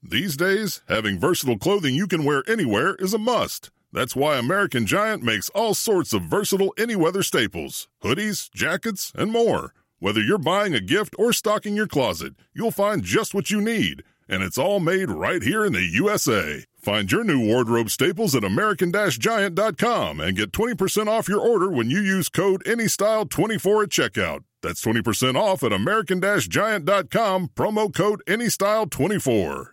These days, having versatile clothing you can wear anywhere is a must. That's why American Giant makes all sorts of versatile any-weather staples, hoodies, jackets, and more. Whether you're buying a gift or stocking your closet, you'll find just what you need. And it's all made right here in the USA. Find your new wardrobe staples at American-Giant.com and get 20% off your order when you use code ANYSTYLE24 at checkout. That's 20% off at American-Giant.com, promo code ANYSTYLE24.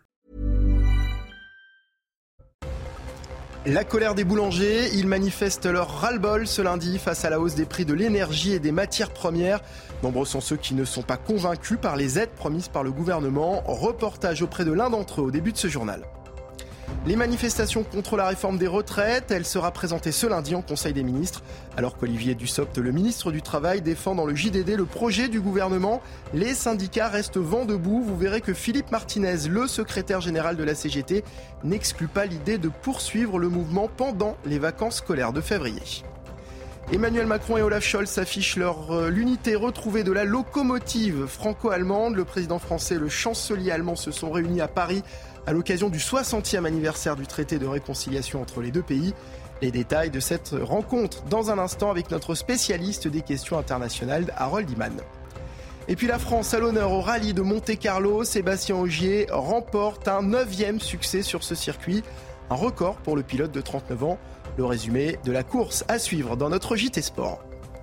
La colère des boulangers, ils manifestent leur ras-le-bol ce lundi face à la hausse des prix de l'énergie et des matières premières. Nombreux sont ceux qui ne sont pas convaincus par les aides promises par le gouvernement. Reportage auprès de l'un d'entre eux au début de ce journal. Les manifestations contre la réforme des retraites, elle sera présentée ce lundi en Conseil des ministres. Alors qu'Olivier Dussopt, le ministre du Travail, défend dans le JDD le projet du gouvernement, les syndicats restent vent debout. Vous verrez que Philippe Martinez, le secrétaire général de la CGT, n'exclut pas l'idée de poursuivre le mouvement pendant les vacances scolaires de février. Emmanuel Macron et Olaf Scholz affichent l'unité retrouvée de la locomotive franco-allemande. Le président français et le chancelier allemand se sont réunis à Paris à l'occasion du 60e anniversaire du traité de réconciliation entre les deux pays. Les détails de cette rencontre dans un instant avec notre spécialiste des questions internationales, Harold Iman. Et puis la France à l'honneur au rallye de Monte-Carlo. Sébastien Ogier remporte un 9e succès sur ce circuit. Un record pour le pilote de 39 ans. Le résumé de la course à suivre dans notre JT Sport.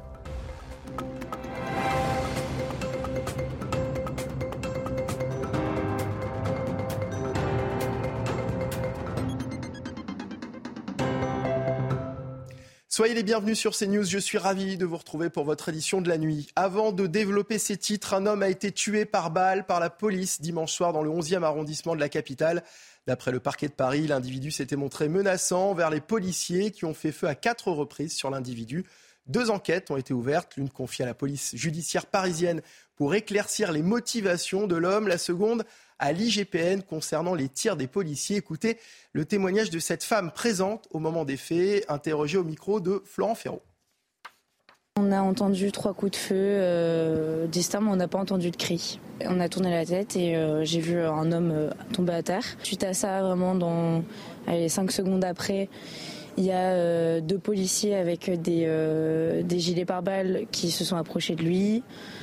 Soyez les bienvenus sur CNews, je suis ravi de vous retrouver pour votre édition de la nuit. Avant de développer ces titres, un homme a été tué par balle par la police dimanche soir dans le 11e arrondissement de la capitale. D'après le parquet de Paris, l'individu s'était montré menaçant envers les policiers qui ont fait feu à 4 reprises sur l'individu. 2 enquêtes ont été ouvertes, l'une confiée à la police judiciaire parisienne pour éclaircir les motivations de l'homme, la seconde à l'IGPN concernant les tirs des policiers. Écoutez le témoignage de cette femme présente au moment des faits, interrogée au micro de Florent Ferraud. On a entendu 3 coups de feu distincts, mais on n'a pas entendu de cris. On a tourné la tête et j'ai vu un homme tomber à terre. Suite à ça, vraiment, dans 5 secondes après, il y a 2 policiers avec des gilets pare-balles qui se sont approchés de lui.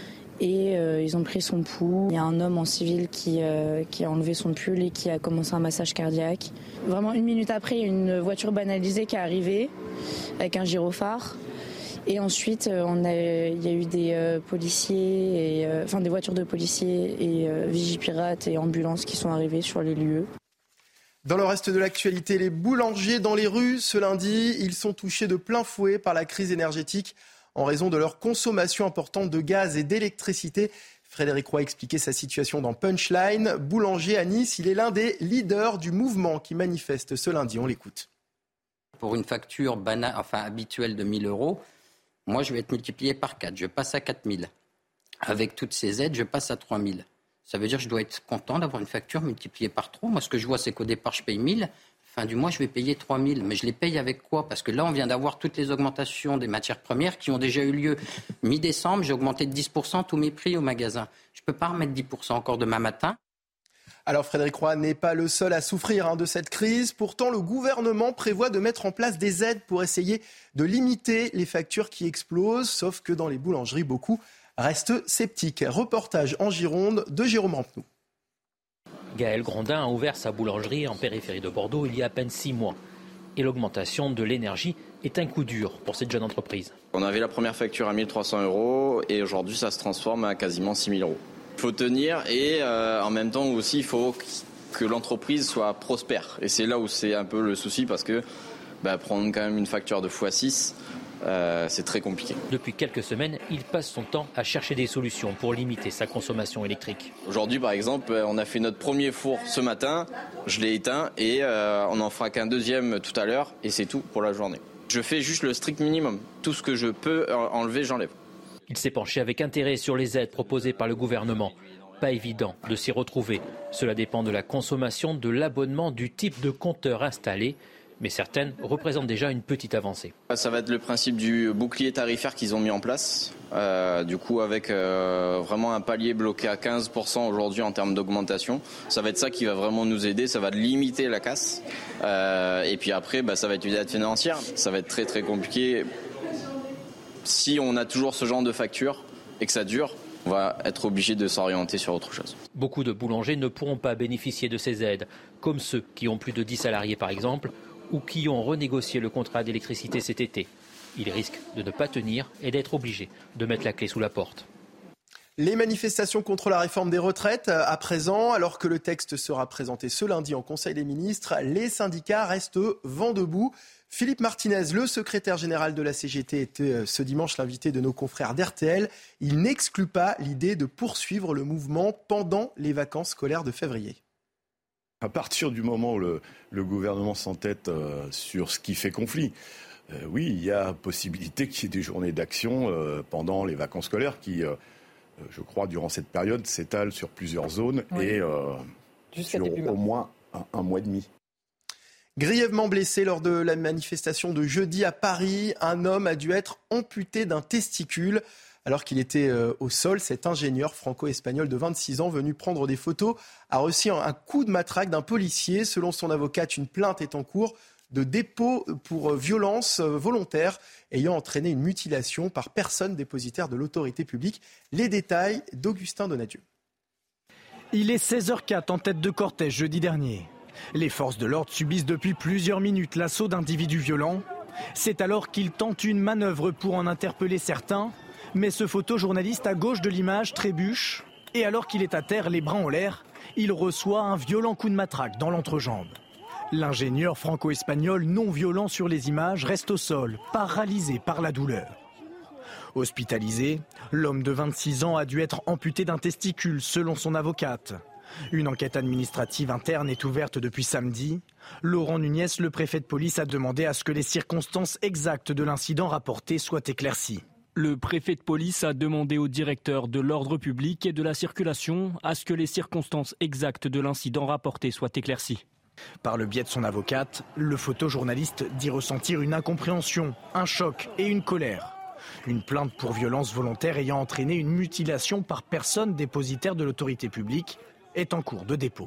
Et ils ont pris son pouls. Il y a un homme en civil qui a enlevé son pull et qui a commencé un massage cardiaque. Vraiment 1 minute après, il y a une voiture banalisée qui est arrivée avec un gyrophare. Et ensuite, il y a eu des policiers, des voitures de policiers et Vigipirates et ambulances qui sont arrivés sur les lieux. Dans le reste de l'actualité, les boulangers dans les rues ce lundi, ils sont touchés de plein fouet par la crise énergétique en raison de leur consommation importante de gaz et d'électricité. Frédéric Roy expliquait sa situation dans Punchline. Boulanger à Nice, il est l'un des leaders du mouvement qui manifeste ce lundi. On l'écoute. Pour une facture habituelle de 1 000 €, moi je vais être multiplié par 4. Je passe à 4 000. Avec toutes ces aides, je passe à 3 000. Ça veut dire que je dois être content d'avoir une facture multipliée par 3. Moi, ce que je vois, c'est qu'au départ, je paye 1 000. Fin du mois, je vais payer 3 000. Mais je les paye avec quoi ? Parce que là, on vient d'avoir toutes les augmentations des matières premières qui ont déjà eu lieu. Mi-décembre, j'ai augmenté de 10% tous mes prix au magasin. Je ne peux pas remettre 10% encore demain matin. Alors Frédéric Roy n'est pas le seul à souffrir de cette crise. Pourtant, le gouvernement prévoit de mettre en place des aides pour essayer de limiter les factures qui explosent. Sauf que dans les boulangeries, beaucoup restent sceptiques. Reportage en Gironde de Jérôme Rampenou. Gaël Grondin a ouvert sa boulangerie en périphérie de Bordeaux il y a à peine 6 mois. Et l'augmentation de l'énergie est un coup dur pour cette jeune entreprise. On avait la première facture à 1 300 € et aujourd'hui ça se transforme à quasiment 6 000 €. Il faut tenir et en même temps aussi il faut que l'entreprise soit prospère. Et c'est là où c'est un peu le souci parce que prendre quand même une facture de x6, c'est très compliqué. Depuis quelques semaines, il passe son temps à chercher des solutions pour limiter sa consommation électrique. Aujourd'hui, par exemple, on a fait notre premier four ce matin, je l'ai éteint et on en fera qu'un deuxième tout à l'heure et c'est tout pour la journée. Je fais juste le strict minimum. Tout ce que je peux enlever, j'enlève. Il s'est penché avec intérêt sur les aides proposées par le gouvernement. Pas évident de s'y retrouver. Cela dépend de la consommation, de l'abonnement, du type de compteur installé. Mais certaines représentent déjà une petite avancée. Ça va être le principe du bouclier tarifaire qu'ils ont mis en place. Du coup, avec vraiment un palier bloqué à 15% aujourd'hui en termes d'augmentation, ça va être ça qui va vraiment nous aider, ça va limiter la casse. Et puis après, ça va être une aide financière, ça va être très très compliqué. Si on a toujours ce genre de facture et que ça dure, on va être obligé de s'orienter sur autre chose. Beaucoup de boulangers ne pourront pas bénéficier de ces aides, comme ceux qui ont plus de 10 salariés par exemple, ou qui ont renégocié le contrat d'électricité cet été. Ils risquent de ne pas tenir et d'être obligés de mettre la clé sous la porte. Les manifestations contre la réforme des retraites, à présent, alors que le texte sera présenté ce lundi en Conseil des ministres, les syndicats restent vent debout. Philippe Martinez, le secrétaire général de la CGT, était ce dimanche l'invité de nos confrères d'RTL. Il n'exclut pas l'idée de poursuivre le mouvement pendant les vacances scolaires de février. À partir du moment où le gouvernement s'entête sur ce qui fait conflit, oui, il y a possibilité qu'il y ait des journées d'action pendant les vacances scolaires qui, je crois, durant cette période, s'étalent sur plusieurs zones et sur au moins un mois et demi. Grièvement blessé lors de la manifestation de jeudi à Paris, un homme a dû être amputé d'un testicule. Alors qu'il était au sol, cet ingénieur franco-espagnol de 26 ans venu prendre des photos a reçu un coup de matraque d'un policier. Selon son avocate, une plainte est en cours de dépôt pour violence volontaire ayant entraîné une mutilation par personne dépositaire de l'autorité publique. Les détails d'Augustin Donadieu. Il est 16h04 en tête de cortège jeudi dernier. Les forces de l'ordre subissent depuis plusieurs minutes l'assaut d'individus violents. C'est alors qu'ils tentent une manœuvre pour en interpeller certains. Mais ce photojournaliste à gauche de l'image trébuche. Et alors qu'il est à terre, les bras en l'air, il reçoit un violent coup de matraque dans l'entrejambe. L'ingénieur franco-espagnol non violent sur les images reste au sol, paralysé par la douleur. Hospitalisé, l'homme de 26 ans a dû être amputé d'un testicule selon son avocate. Une enquête administrative interne est ouverte depuis samedi. Laurent Nunez, le préfet de police, a demandé à ce que les circonstances exactes de l'incident rapporté soient éclaircies. Le préfet de police a demandé au directeur de l'ordre public et de la circulation à ce que les circonstances exactes de l'incident rapporté soient éclaircies. Par le biais de son avocate, le photojournaliste dit ressentir une incompréhension, un choc et une colère. Une plainte pour violence volontaire ayant entraîné une mutilation par personne dépositaire de l'autorité publique est en cours de dépôt.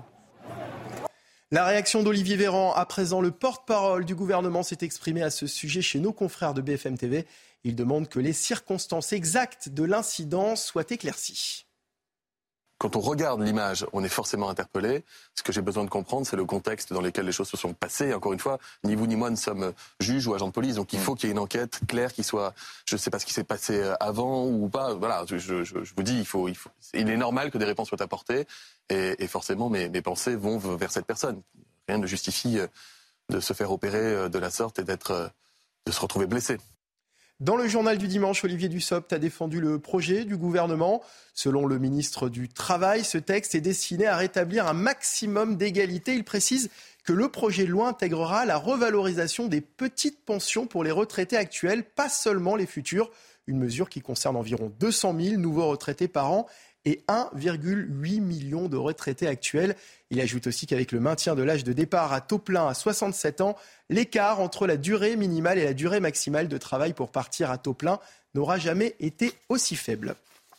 La réaction d'Olivier Véran, à présent le porte-parole du gouvernement, s'est exprimé à ce sujet chez nos confrères de BFM TV. Il demande que les circonstances exactes de l'incident soient éclaircies. Quand on regarde l'image, on est forcément interpellé. Ce que j'ai besoin de comprendre, c'est le contexte dans lequel les choses se sont passées. Encore une fois, ni vous ni moi ne sommes juges ou agents de police, donc il faut qu'il y ait une enquête claire qui soit... Je ne sais pas ce qui s'est passé avant ou pas. Voilà, je vous dis, il est normal que des réponses soient apportées et forcément mes pensées vont vers cette personne. Rien ne justifie de se faire opérer de la sorte et de se retrouver blessé. Dans le journal du dimanche, Olivier Dussopt a défendu le projet du gouvernement. Selon le ministre du Travail, ce texte est destiné à rétablir un maximum d'égalité. Il précise que le projet de loi intégrera la revalorisation des petites pensions pour les retraités actuels, pas seulement les futurs. Une mesure qui concerne environ 200 000 nouveaux retraités par an et 1,8 million de retraités actuels. Il ajoute aussi qu'avec le maintien de l'âge de départ à taux plein à 67 ans, l'écart entre la durée minimale et la durée maximale de travail pour partir à taux plein n'aura jamais été aussi faible.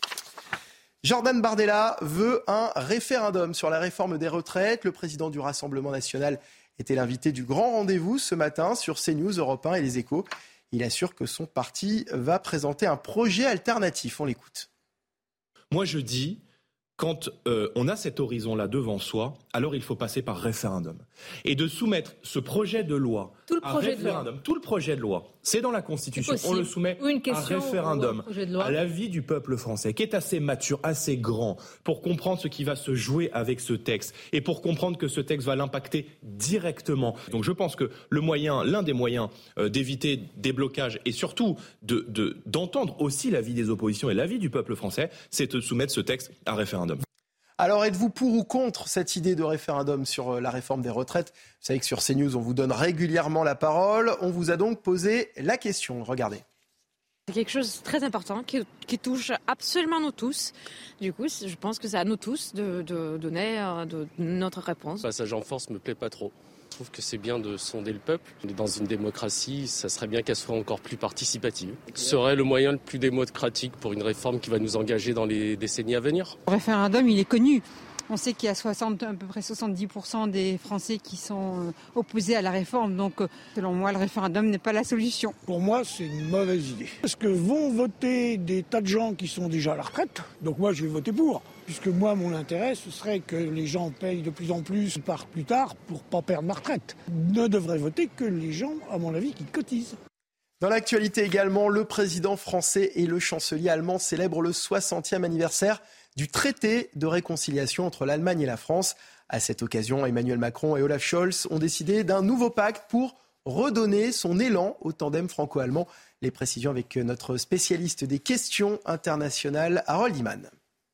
Jordan Bardella veut un référendum sur la réforme des retraites. Le président du Rassemblement national était l'invité du grand rendez-vous ce matin sur CNews, Europe 1 et Les Échos. Il assure que son parti va présenter un projet alternatif. On l'écoute. Moi, je dis, quand on a cet horizon-là devant soi, alors il faut passer par référendum. Et de soumettre ce projet de loi à référendum, tout le projet de loi, c'est dans la Constitution, on le soumet à référendum, à l'avis du peuple français, qui est assez mature, assez grand, pour comprendre ce qui va se jouer avec ce texte, et pour comprendre que ce texte va l'impacter directement. Donc je pense que l'un des moyens d'éviter des blocages, et surtout d'entendre aussi l'avis des oppositions et l'avis du peuple français, c'est de soumettre ce texte à référendum. Alors, êtes-vous pour ou contre cette idée de référendum sur la réforme des retraites ? Vous savez que sur CNews, on vous donne régulièrement la parole. On vous a donc posé la question. Regardez. C'est quelque chose de très important qui touche absolument nous tous. Du coup, je pense que c'est à nous tous de donner notre réponse. Le passage en force me plaît pas trop. Je trouve que c'est bien de sonder le peuple. On est dans une démocratie, ça serait bien qu'elle soit encore plus participative. Ce serait le moyen le plus démocratique pour une réforme qui va nous engager dans les décennies à venir. Le référendum, il est connu. On sait qu'il y a à peu près 70% des Français qui sont opposés à la réforme. Donc, selon moi, le référendum n'est pas la solution. Pour moi, c'est une mauvaise idée. Parce que vont voter des tas de gens qui sont déjà à la retraite. Donc moi, je vais voter pour. Puisque moi, mon intérêt, ce serait que les gens payent de plus en plus, partent plus tard, pour ne pas perdre ma retraite. Ne devraient voter que les gens, à mon avis, qui cotisent. Dans l'actualité également, le président français et le chancelier allemand célèbrent le 60e anniversaire du traité de réconciliation entre l'Allemagne et la France. À cette occasion, Emmanuel Macron et Olaf Scholz ont décidé d'un nouveau pacte pour redonner son élan au tandem franco-allemand. Les précisions avec notre spécialiste des questions internationales, Harold Iman.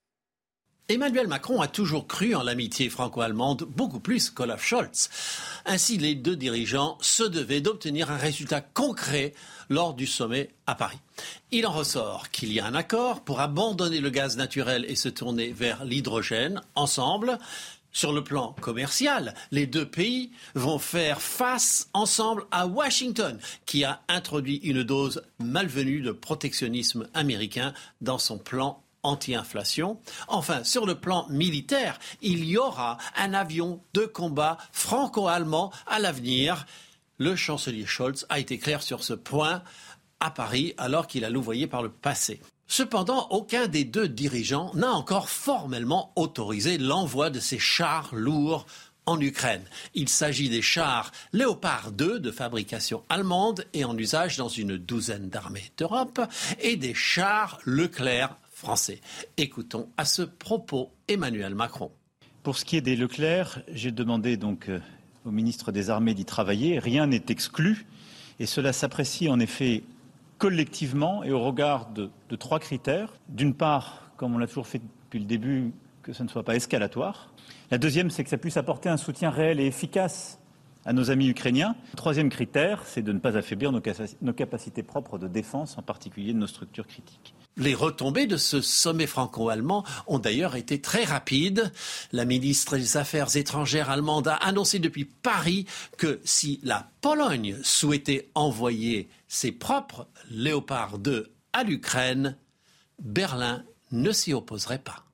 Emmanuel Macron a toujours cru en l'amitié franco-allemande, beaucoup plus qu'Olaf Scholz. Ainsi, les deux dirigeants se devaient d'obtenir un résultat concret lors du sommet à Paris. Il en ressort qu'il y a un accord pour abandonner le gaz naturel et se tourner vers l'hydrogène ensemble. Sur le plan commercial, les deux pays vont faire face ensemble à Washington, qui a introduit une dose malvenue de protectionnisme américain dans son plan anti-inflation. Enfin, sur le plan militaire, il y aura un avion de combat franco-allemand à l'avenir. Le chancelier Scholz a été clair sur ce point à Paris, alors qu'il a louvoyé par le passé. Cependant, aucun des deux dirigeants n'a encore formellement autorisé l'envoi de ces chars lourds en Ukraine. Il s'agit des chars Léopard 2 de fabrication allemande et en usage dans une douzaine d'armées d'Europe et des chars Leclerc français. Écoutons à ce propos Emmanuel Macron. Pour ce qui est des Leclerc, j'ai demandé donc au ministre des Armées d'y travailler. Rien n'est exclu et cela s'apprécie en effet collectivement et au regard de trois critères. D'une part, comme on l'a toujours fait depuis le début, que ça ne soit pas escalatoire. La deuxième, c'est que ça puisse apporter un soutien réel et efficace à nos amis ukrainiens. Le troisième critère, c'est de ne pas affaiblir nos capacités propres de défense, en particulier de nos structures critiques. Les retombées de ce sommet franco-allemand ont d'ailleurs été très rapides. La ministre des Affaires étrangères allemande a annoncé depuis Paris que si la Pologne souhaitait envoyer ses propres Léopard 2 à l'Ukraine, Berlin ne s'y opposerait pas.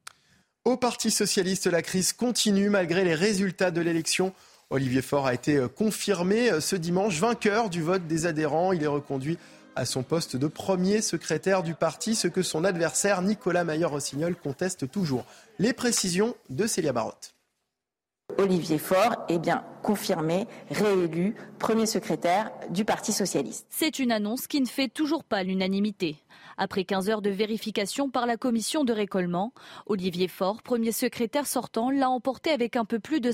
Au Parti socialiste, la crise continue malgré les résultats de l'élection. Olivier Faure a été confirmé ce dimanche vainqueur du vote des adhérents. Il est reconduit à son poste de premier secrétaire du parti, ce que son adversaire Nicolas Mayer-Rossignol conteste toujours. Les précisions de Célia Barotte. Olivier Faure est bien confirmé, réélu premier secrétaire du Parti socialiste. C'est une annonce qui ne fait toujours pas l'unanimité. Après 15 heures de vérification par la commission de récollement, Olivier Faure, premier secrétaire sortant, l'a emporté avec un peu plus de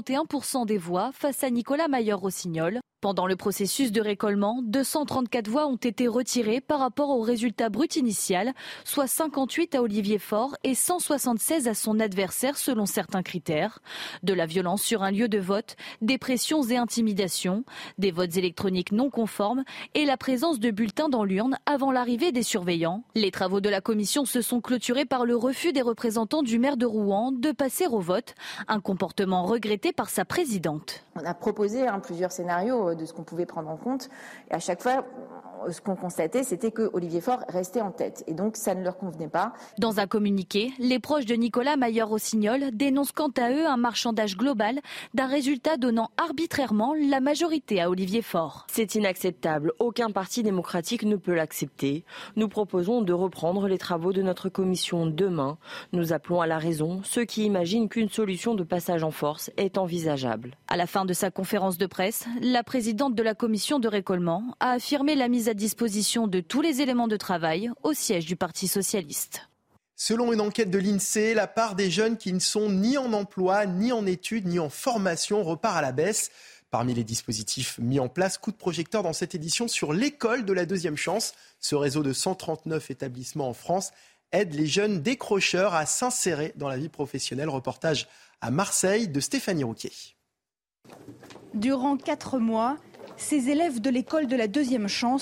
51% des voix face à Nicolas Mayer-Rossignol. Pendant le processus de récollement, 234 voix ont été retirées par rapport au résultat brut initial, soit 58 à Olivier Faure et 176 à son adversaire selon certains critères. De la violence sur un lieu de vote, des pressions et intimidations, des votes électroniques non conformes et la présence de bulletins dans l'urne avant l'arrivée des surveillants. Les travaux de la commission se sont clôturés par le refus des représentants du maire de Rouen de passer au vote, un comportement regretté par sa présidente. On a proposé plusieurs scénarios de ce qu'on pouvait prendre en compte. Et à chaque fois, ce qu'on constatait, c'était que Olivier Faure restait en tête. Et donc, ça ne leur convenait pas. Dans un communiqué, les proches de Nicolas Mayer-Rossignol dénoncent quant à eux un marchandage global d'un résultat donnant arbitrairement la majorité à Olivier Faure. C'est inacceptable. Aucun parti démocratique ne peut l'accepter. Nous proposons de reprendre les travaux de notre commission demain. Nous appelons à la raison ceux qui imaginent qu'une solution de passage en force est envisageable. À la fin de sa conférence de presse, la présidente de la commission de récollement a affirmé la mise à disposition de tous les éléments de travail au siège du Parti socialiste. Selon une enquête de l'INSEE, la part des jeunes qui ne sont ni en emploi, ni en études, ni en formation repart à la baisse. Parmi les dispositifs mis en place, coup de projecteur dans cette édition sur l'école de la deuxième chance. Ce réseau de 139 établissements en France aide les jeunes décrocheurs à s'insérer dans la vie professionnelle. Reportage à Marseille de Stéphanie Rouquier. Durant 4 mois, ces élèves de l'école de la deuxième chance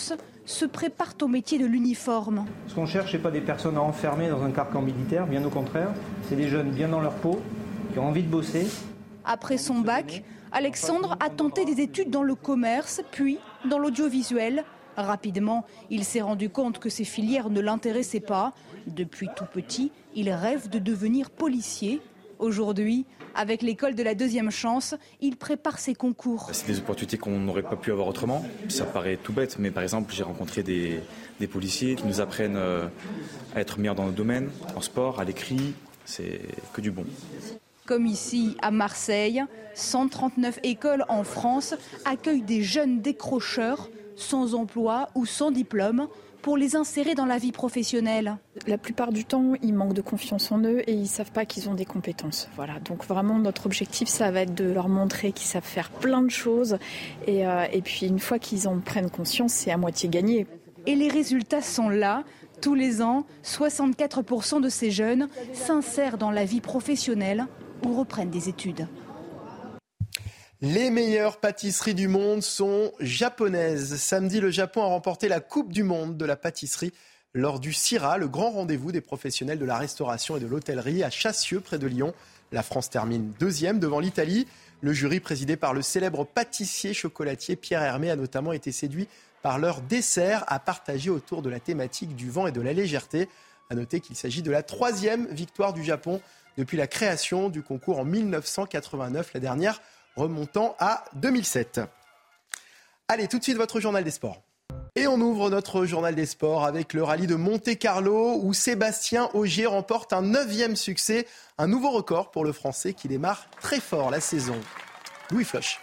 se préparent au métier de l'uniforme. Ce qu'on cherche, ce n'est pas des personnes à enfermer dans un carcan militaire, bien au contraire. C'est des jeunes bien dans leur peau, qui ont envie de bosser. Après son bac, Alexandre a tenté des études dans le commerce, puis dans l'audiovisuel. Rapidement, il s'est rendu compte que ces filières ne l'intéressaient pas. Depuis tout petit, il rêve de devenir policier. Aujourd'hui, avec l'école de la deuxième chance, il prépare ses concours. C'est des opportunités qu'on n'aurait pas pu avoir autrement. Ça paraît tout bête, mais par exemple, j'ai rencontré des policiers qui nous apprennent à être meilleurs dans nos domaines, en sport, à l'écrit. C'est que du bon. Comme ici, à Marseille, 139 écoles en France accueillent des jeunes décrocheurs sans emploi ou sans diplôme pour les insérer dans la vie professionnelle. La plupart du temps, ils manquent de confiance en eux et ils ne savent pas qu'ils ont des compétences. Voilà. Donc vraiment, notre objectif, ça va être de leur montrer qu'ils savent faire plein de choses. Et puis une fois qu'ils en prennent conscience, c'est à moitié gagné. Et les résultats sont là. Tous les ans, 64% de ces jeunes s'insèrent dans la vie professionnelle ou reprennent des études. Les meilleures pâtisseries du monde sont japonaises. Samedi, le Japon a remporté la Coupe du monde de la pâtisserie lors du CIRA, le grand rendez-vous des professionnels de la restauration et de l'hôtellerie à Chassieux, près de Lyon. La France termine deuxième devant l'Italie. Le jury, présidé par le célèbre pâtissier chocolatier Pierre Hermé, a notamment été séduit par leur dessert à partager autour de la thématique du vent et de la légèreté. À noter qu'il s'agit de la 3e victoire du Japon depuis la création du concours en 1989, la dernière remontant à 2007. Allez, tout de suite, votre journal des sports. Et on ouvre notre journal des sports avec le rallye de Monte-Carlo où Sébastien Ogier remporte un 9e succès, un nouveau record pour le Français qui démarre très fort la saison. Louis Floch.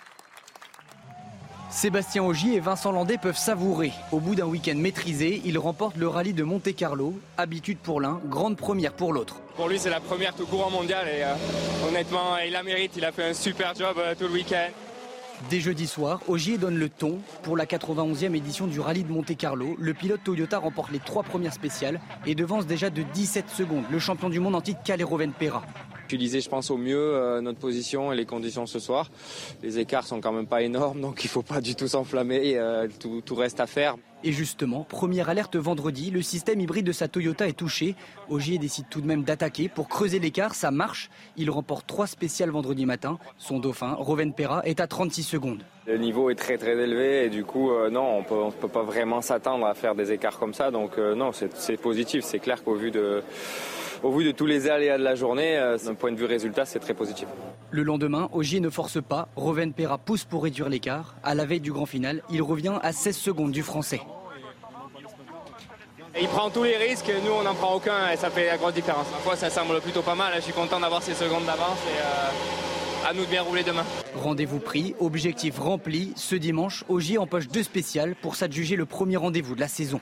Sébastien Ogier et Vincent Landais peuvent savourer. Au bout d'un week-end maîtrisé, ils remportent le rallye de Monte-Carlo. Habitude pour l'un, grande première pour l'autre. Pour lui, c'est la première tout court en mondial et honnêtement, il la mérite. Il a fait un super job tout le week-end. Dès jeudi soir, Ogier donne le ton. Pour la 91e édition du rallye de Monte-Carlo, le pilote Toyota remporte les 3 premières spéciales et devance déjà de 17 secondes le champion du monde en titre Kalle Rovanperä. Utiliser, je pense, au mieux notre position et les conditions ce soir. Les écarts sont quand même pas énormes, donc il ne faut pas du tout s'enflammer. Tout reste à faire. Et justement, première alerte vendredi, le système hybride de sa Toyota est touché. Ogier décide tout de même d'attaquer pour creuser l'écart, ça marche. Il remporte 3 spéciales vendredi matin. Son dauphin, Rovanperä, est à 36 secondes. Le niveau est très très élevé et du coup, non, on peut pas vraiment s'attendre à faire des écarts comme ça. Donc non, c'est positif. C'est clair qu'au vu de tous les aléas de la journée, d'un point de vue résultat, c'est très positif. Le lendemain, Ogier ne force pas. Rovanperä pousse pour réduire l'écart. À la veille du grand final, il revient à 16 secondes du Français. Il prend tous les risques, nous on n'en prend aucun et ça fait la grosse différence. Parfois ça semble plutôt pas mal, je suis content d'avoir ces secondes d'avance et à nous de bien rouler demain. Rendez-vous pris, objectif rempli. Ce dimanche, Ogier empoche 2 spéciales pour s'adjuger le premier rendez-vous de la saison.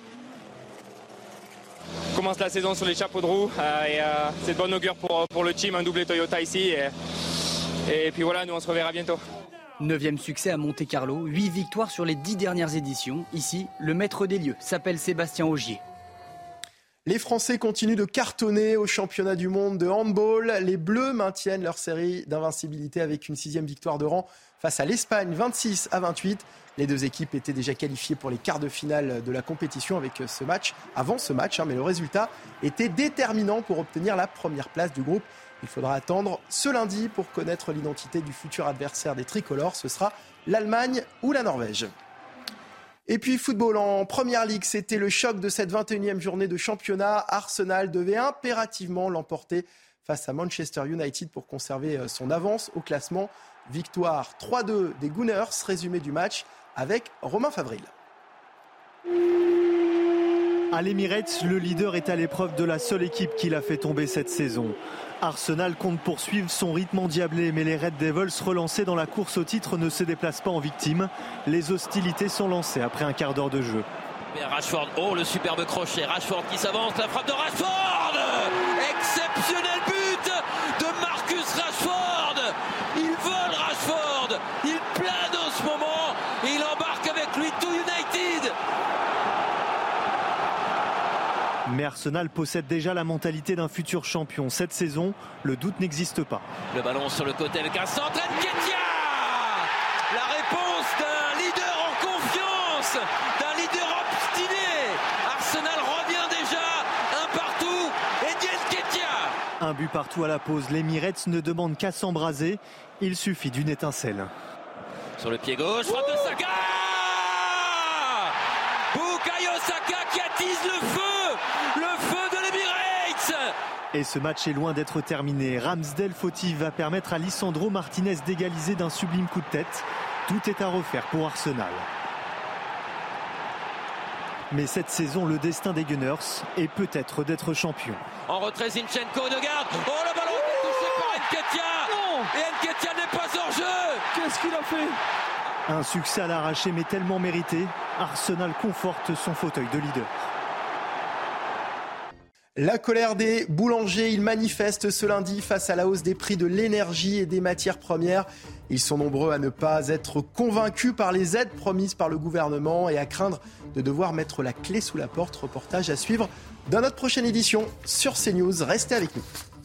On commence la saison sur les chapeaux de roue et c'est de bonne augure pour le team, un doublé Toyota ici et puis voilà, nous on se reverra bientôt. 9e succès à Monte-Carlo, 8 victoires sur les 10 dernières éditions. Ici, le maître des lieux s'appelle Sébastien Ogier. Les Français continuent de cartonner au championnat du monde de handball. Les Bleus maintiennent leur série d'invincibilité avec une 6e victoire de rang face à l'Espagne, 26-28. Les 2 équipes étaient déjà qualifiées pour les quarts de finale de la compétition avec ce match, avant ce match, mais le résultat était déterminant pour obtenir la première place du groupe. Il faudra attendre ce lundi pour connaître l'identité du futur adversaire des tricolores. Ce sera l'Allemagne ou la Norvège. Et puis football en Première Ligue, c'était le choc de cette 21e journée de championnat. Arsenal devait impérativement l'emporter face à Manchester United pour conserver son avance au classement. Victoire 3-2 des Gunners, résumé du match avec Romain Favril. À l'Emirates, le leader est à l'épreuve de la seule équipe qui l'a fait tomber cette saison. Arsenal compte poursuivre son rythme endiablé, mais les Red Devils relancés dans la course au titre ne se déplacent pas en victime. Les hostilités sont lancées après un quart d'heure de jeu. Rashford, oh le superbe crochet, Rashford qui s'avance, la frappe de Rashford, exceptionnel but de Marcus Rashford. Il vole Rashford, il plane en ce moment et il embarque avec lui to United. Mais Arsenal possède déjà la mentalité d'un futur champion. Cette saison, le doute n'existe pas. Le ballon sur le côté avec un centre, Nketiah. La réponse d'un leader en confiance. d'un leader obstiné. Arsenal revient déjà, un partout, et Diez Nketiah. Un but partout à la pause, l'Emirates ne demande qu'à s'embraser, il suffit d'une étincelle. Sur le pied gauche, frappe de Saka. Bukayo Saka qui attise le feu de l'Emirates. Et ce match est loin d'être terminé. Ramsdale fautif va permettre à Lisandro Martinez d'égaliser d'un sublime coup de tête. Tout est à refaire pour Arsenal. Mais cette saison, le destin des Gunners est peut-être d'être champion. En retrait, Zinchenko de garde. Oh, le ballon est touché par Nketiah. Non. Et Nketiah n'est pas hors jeu. Qu'est-ce qu'il a fait ? Un succès à l'arraché, mais tellement mérité. Arsenal conforte son fauteuil de leader. La colère des boulangers, ils manifestent ce lundi face à la hausse des prix de l'énergie et des matières premières. Ils sont nombreux à ne pas être convaincus par les aides promises par le gouvernement et à craindre de devoir mettre la clé sous la porte. Reportage à suivre dans notre prochaine édition sur CNews. Restez avec nous.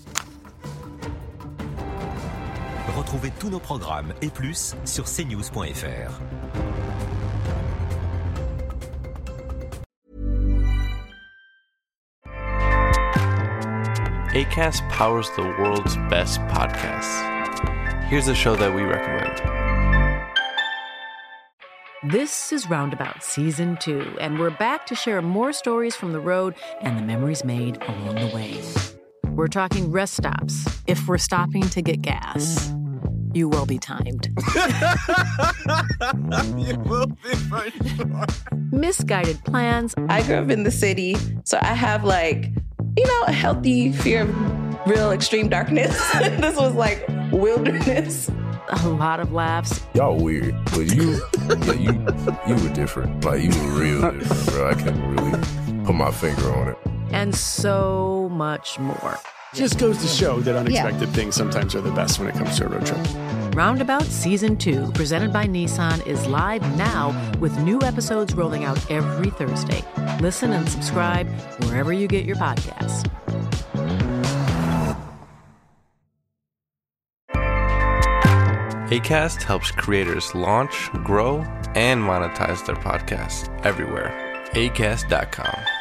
Retrouvez tous nos programmes et plus sur cnews.fr. Acast powers the world's best podcasts. Here's a show that we recommend. This is Roundabout Season 2, and we're back to share more stories from the road and the memories made along the way. We're talking rest stops. If we're stopping to get gas, you will be timed. You will be for sure. Misguided plans. I grew up in the city, so I have a healthy fear of real extreme darkness. This was like wilderness. A lot of laughs. Y'all weird, but you were different. Like, you were real different, bro. I can't really put my finger on it. And so much more. Just goes to show that unexpected things sometimes are the best when it comes to a road trip. Roundabout Season 2, presented by Nissan, is live now with new episodes rolling out every Thursday. Listen and subscribe wherever you get your podcasts. Acast helps creators launch, grow, and monetize their podcasts everywhere. Acast.com.